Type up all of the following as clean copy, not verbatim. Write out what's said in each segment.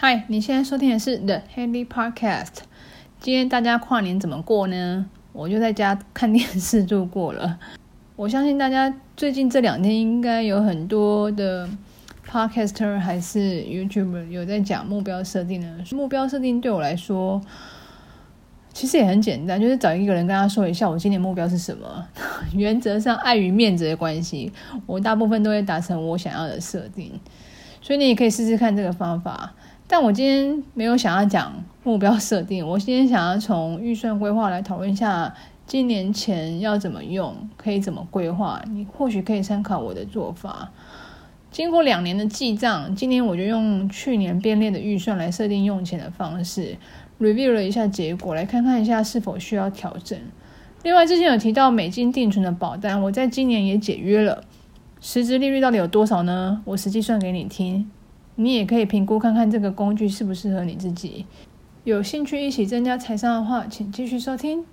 嗨，你现在收听的是 The Haley Podcast。今天大家跨年怎么过呢？我就在家看电视度过了。我相信大家最近这2天应该有很多的 Podcaster 还是 YouTuber 有在讲目标设定的。目标设定对我来说其实也很简单，就是找一个人跟他说一下我今年目标是什么。原则上碍于面子的关系，我大部分都会达成我想要的设定，所以你也可以试试看这个方法。但我今天没有想要讲目标设定，我今天想要从预算规划来讨论一下今年钱要怎么用，可以怎么规划，你或许可以参考我的做法。经过2年的记账，今年我就用去年编列的预算来设定用钱的方式， review 了一下结果，来看看一下是否需要调整。另外之前有提到美金定存的保单，我在今年也解约了，实质利率到底有多少呢？我实际算给你听，你也可以评估看看这个工具适不适合你自己。有兴趣一起增加财商的话，请继续收听。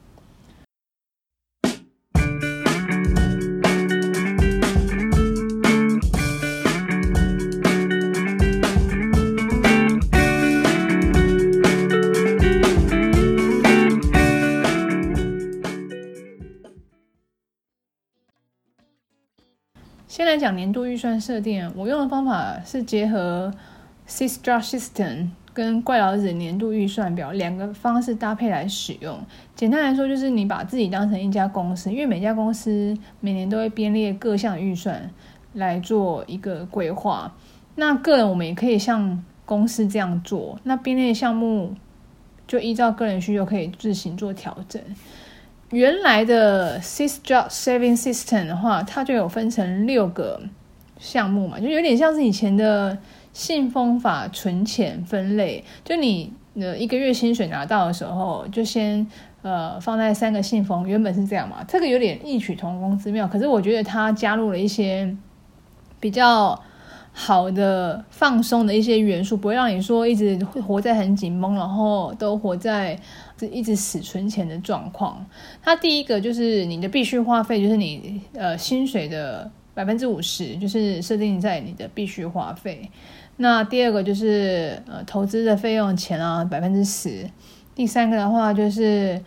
先来讲年度预算设定，我用的方法是结合 Sysdraw System 跟怪老子年度预算表2个方式搭配来使用。简单来说，就是你把自己当成一家公司，因为每家公司每年都会编列各项预算来做一个规划。那个人我们也可以像公司这样做，那编列项目就依照个人需求可以自行做调整。原来的 Sysdraw Saving System 的话，它就有分成6个项目嘛，就有点像是以前的信封法存钱分类，就你1个月薪水拿到的时候，就先放在3个信封，原本是这样嘛。这个有点异曲同工之妙，可是我觉得它加入了一些比较好的放松的一些元素，不会让你说一直活在很紧绷，然后都活在一直死存钱的状况。它第一个就是你的必须花费，就是你薪水的50%，就是设定在你的必须花费。那第二个就是投资的费用钱啊10%。第三个的话就是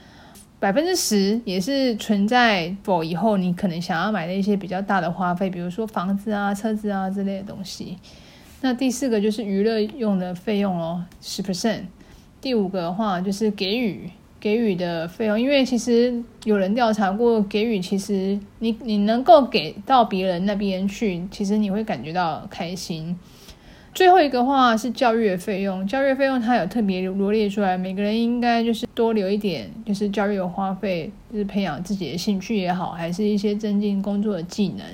10%也是存在否以后你可能想要买的一些比较大的花费，比如说房子啊、车子啊之类的东西。那第4个就是娱乐用的费用咯， 10%。第5个的话就是给予的费用，因为其实有人调查过，给予其实你能够给到别人那边去，其实你会感觉到开心。最后一个话是教育的费用，教育费用它有特别罗列出来，每个人应该就是多留一点，就是教育的花费，就是培养自己的兴趣也好，还是一些增进工作的技能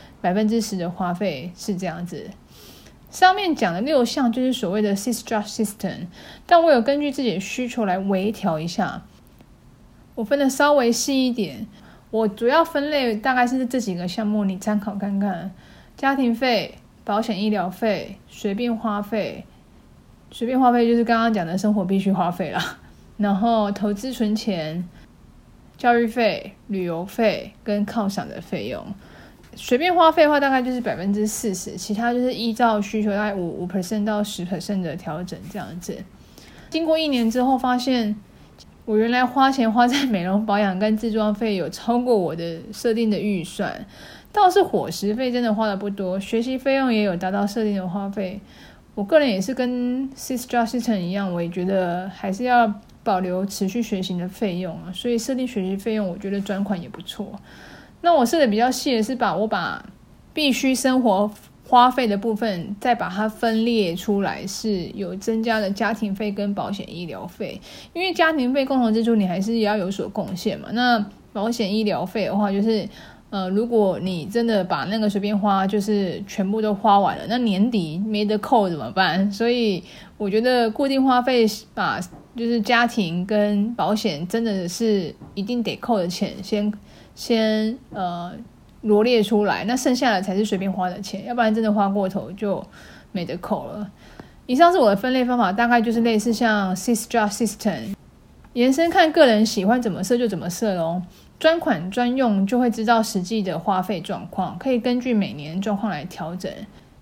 ，10%的花费是这样子。上面讲的6项就是所谓的 Sysdraw System， 但我有根据自己的需求来微调一下，我分的稍微细一点。我主要分类大概是这几个项目，你参考看看：家庭费、保险医疗费、随便花费就是刚刚讲的生活必须花费啦，然后投资存钱、教育费、旅游费跟犒赏的费用。随便花费的话大概就是40%，其他就是依照需求大概5% 到10% 的调整这样子。经过1年之后发现，我原来花钱花在美容保养跟自装费有超过我的设定的预算，倒是伙食费真的花的不多，学习费用也有达到设定的花费。我个人也是跟 Sysdraw System 一样，我也觉得还是要保留持续学习的费用啊，所以设定学习费用我觉得专款也不错。那我设的比较细的是我把必须生活花费的部分再把它分裂出来，是有增加了家庭费跟保险医疗费。因为家庭费共同支出你还是要有所贡献嘛，那保险医疗费的话就是如果你真的把那个随便花就是全部都花完了，那年底没得扣怎么办？所以我觉得固定花费把就是家庭跟保险真的是一定得扣的钱先罗列出来，那剩下的才是随便花的钱，要不然真的花过头就没得扣了。以上是我的分类方法，大概就是类似像 Sysdraw System， 延伸看个人喜欢怎么设就怎么设咯。专款专用就会知道实际的花费状况，可以根据每年状况来调整。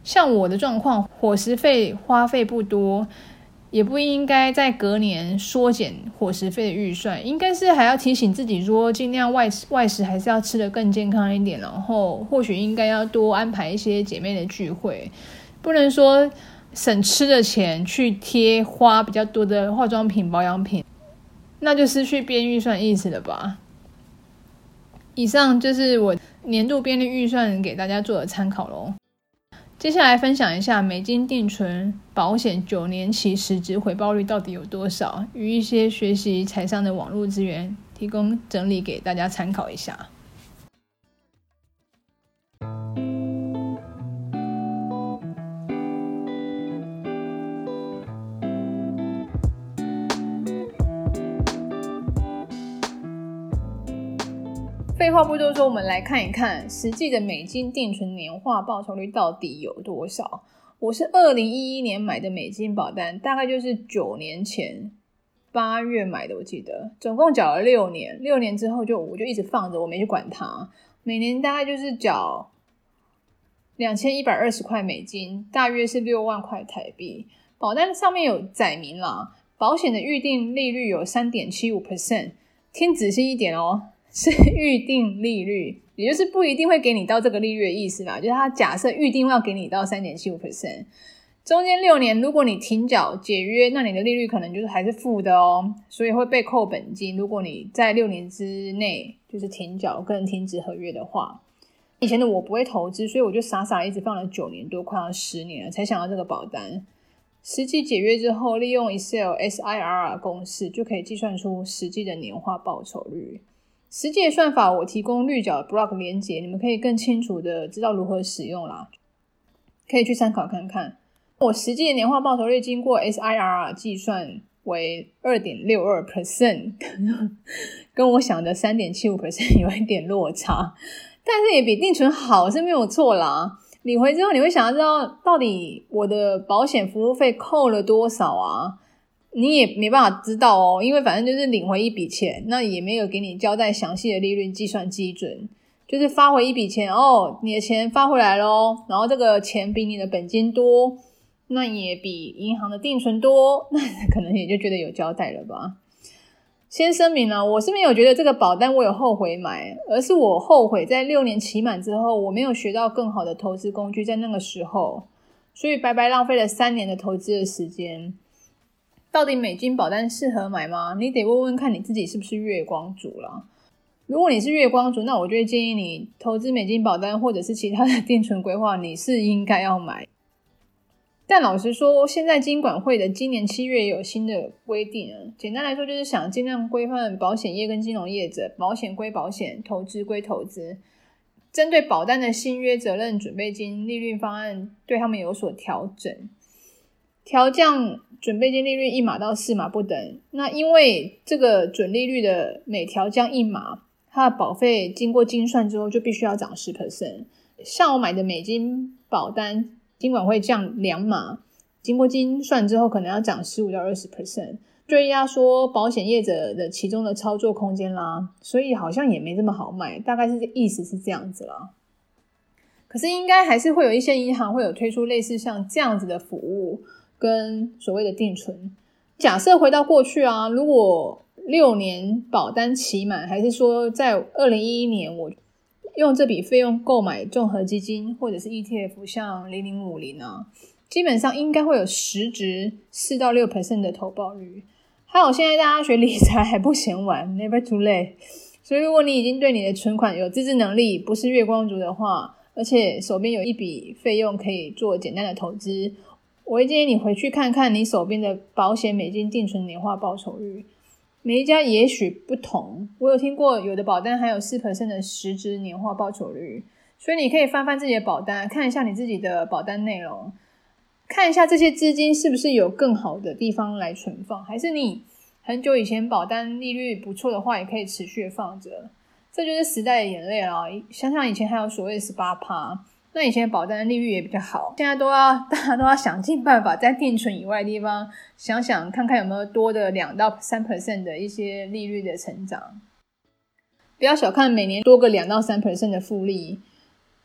像我的状况，伙食费花费不多，也不应该在隔年缩减伙食费的预算，应该是还要提醒自己说，尽量外食还是要吃得更健康一点，然后或许应该要多安排一些姐妹的聚会，不能说省吃的钱去贴花比较多的化妆品保养品，那就失去编预算意思了吧。以上就是我年度编列预算给大家做的参考咯。接下来分享一下美金定存保险9年期实质回报率到底有多少，与一些学习财商的网络资源提供整理给大家参考一下。废话不多说，我们来看一看实际的美金定存年化报酬率到底有多少。我是2011年买的美金保单，大概就是9年前8月买的，我记得总共缴了6年，6年之后我就一直放着，我没去管它。每年大概就是缴2120块美金，大约是6万块台币。保单上面有载明啦，保险的预定利率有 3.75%， 听仔细一点哦，是预定利率，也就是不一定会给你到这个利率的意思啦，就是他假设预定要给你到 3.75%， 中间6年如果你停缴解约，那你的利率可能就是还是负的哦，所以会被扣本金，如果你在6年之内就是停缴跟停止合约的话。以前的我不会投资，所以我就傻傻一直放了9年多，快要10年了才想到这个保单。实际解约之后，利用 Excel SIRR 公式就可以计算出实际的年化报酬率。实际的算法我提供绿角 blog 连结，你们可以更清楚的知道如何使用啦，可以去参考看看。我实际的年化报酬率经过 SIRR 计算为 2.62%， 跟我想的 3.75% 有一点落差，但是也比定存好是没有错啦。领回之后你会想要知道到底我的保险服务费扣了多少啊，你也没办法知道哦，因为反正就是领回一笔钱，那也没有给你交代详细的利率计算基准，就是发回一笔钱哦，你的钱发回来咯，然后这个钱比你的本金多，那也比银行的定存多，那可能也就觉得有交代了吧。先声明啦，我是没有觉得这个保单我有后悔买，而是我后悔在6年期满之后我没有学到更好的投资工具在那个时候，所以白白浪费了3年的投资的时间。到底美金保单适合买吗？你得问问看你自己是不是月光族啦。如果你是月光族，那我就会建议你投资美金保单或者是其他的定存规划，你是应该要买。但老实说，现在金管会的今年7月也有新的规定，简单来说就是想尽量规范保险业跟金融业者，保险归保险，投资归投资。针对保单的新约责任准备金利率方案，对他们有所调整，调降准备金利率1码到4码不等。那因为这个准利率的每调降1码，它的保费经过精算之后就必须要涨 10%。 像我买的美金保单，金管会降2码，经过精算之后可能要涨15到 20%， 就压缩保险业者的其中的操作空间啦，所以好像也没这么好卖，大概是意思是这样子啦。可是应该还是会有一些银行会有推出类似像这样子的服务跟所谓的定存。假设回到过去啊，如果6年保单期满，还是说在2011年我用这笔费用购买综合基金或者是 ETF 像0050啊，基本上应该会有实质4到6% 的投报率。还有现在大家学理财还不嫌晚， never too late。 所以如果你已经对你的存款有自制能力，不是月光族的话，而且手边有一笔费用可以做简单的投资，我会建议你回去看看你手边的保险美金定存年化报酬率，每一家也许不同，我有听过有的保单还有 4% 的实质年化报酬率，所以你可以翻翻自己的保单，看一下你自己的保单内容，看一下这些资金是不是有更好的地方来存放，还是你很久以前保单利率不错的话也可以持续放着。这就是时代的眼泪啦，想想以前还有所谓的 18%， 那以前保单的利率也比较好，现在大家都要想尽办法在定存以外的地方想想看看有没有多的2到3% 的一些利率的成长。不要小看每年多个2到3% 的复利，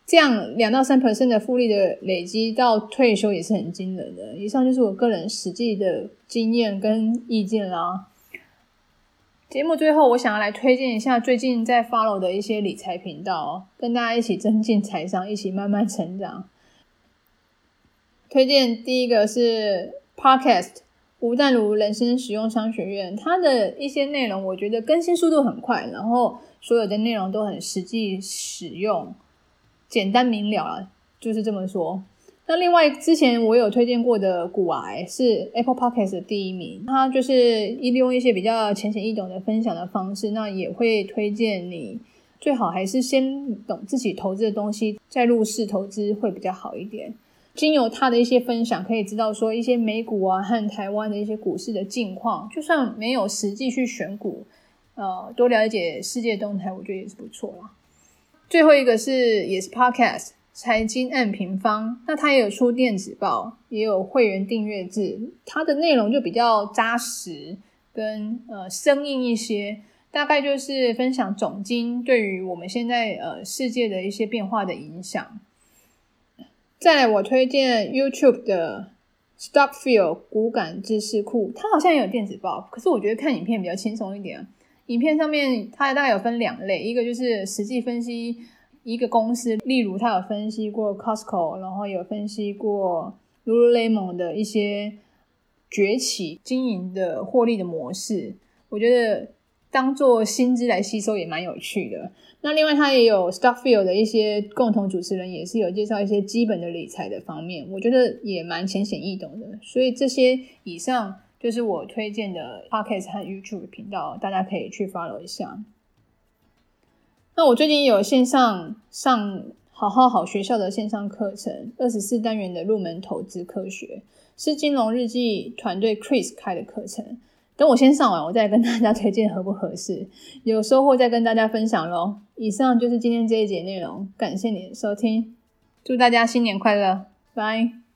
这样2到3% 的复利的累积到退休也是很惊人的。以上就是我个人实际的经验跟意见啦。节目最后我想要来推荐一下最近在 follow 的一些理财频道跟大家一起增进财商，一起慢慢成长。推荐第一个是 Podcast 吴淡如人生实用商学院，它的一些内容我觉得更新速度很快，然后所有的内容都很实际使用，简单明了啦，就是这么说。那另外之前我有推荐过的股癌是 Apple Podcast 的第1名，它就是利用一些比较浅显易懂的分享的方式，那也会推荐你最好还是先懂自己投资的东西再入市投资会比较好一点。经由他的一些分享可以知道说一些美股啊和台湾的一些股市的近况，就算没有实际去选股多了解世界动态我觉得也是不错啦。最后一个也是 Podcast财经按平方，那它也有出电子报，也有会员订阅制，它的内容就比较扎实跟生硬一些，大概就是分享总经对于我们现在世界的一些变化的影响。再来我推荐 YouTube 的 Stockfield 股感知识库，它好像也有电子报，可是我觉得看影片比较轻松一点。影片上面它大概有分2类，一个就是实际分析一个公司，例如他有分析过 Costco， 然后有分析过 Lululemon 的一些崛起经营的获利的模式，我觉得当做薪资来吸收也蛮有趣的。那另外他也有 Stockfield 的一些共同主持人也是有介绍一些基本的理财的方面，我觉得也蛮浅显易懂的。所以这些以上就是我推荐的 Podcast 和 YouTube 频道，大家可以去 follow 一下。那我最近有线上上好好好学校的线上课程，24单元的入门投资科学，是金融日记团队 Chris 开的课程。等我先上完，我再跟大家推荐合不合适，有收获再跟大家分享咯。以上就是今天这一节内容，感谢你的收听，祝大家新年快乐，拜。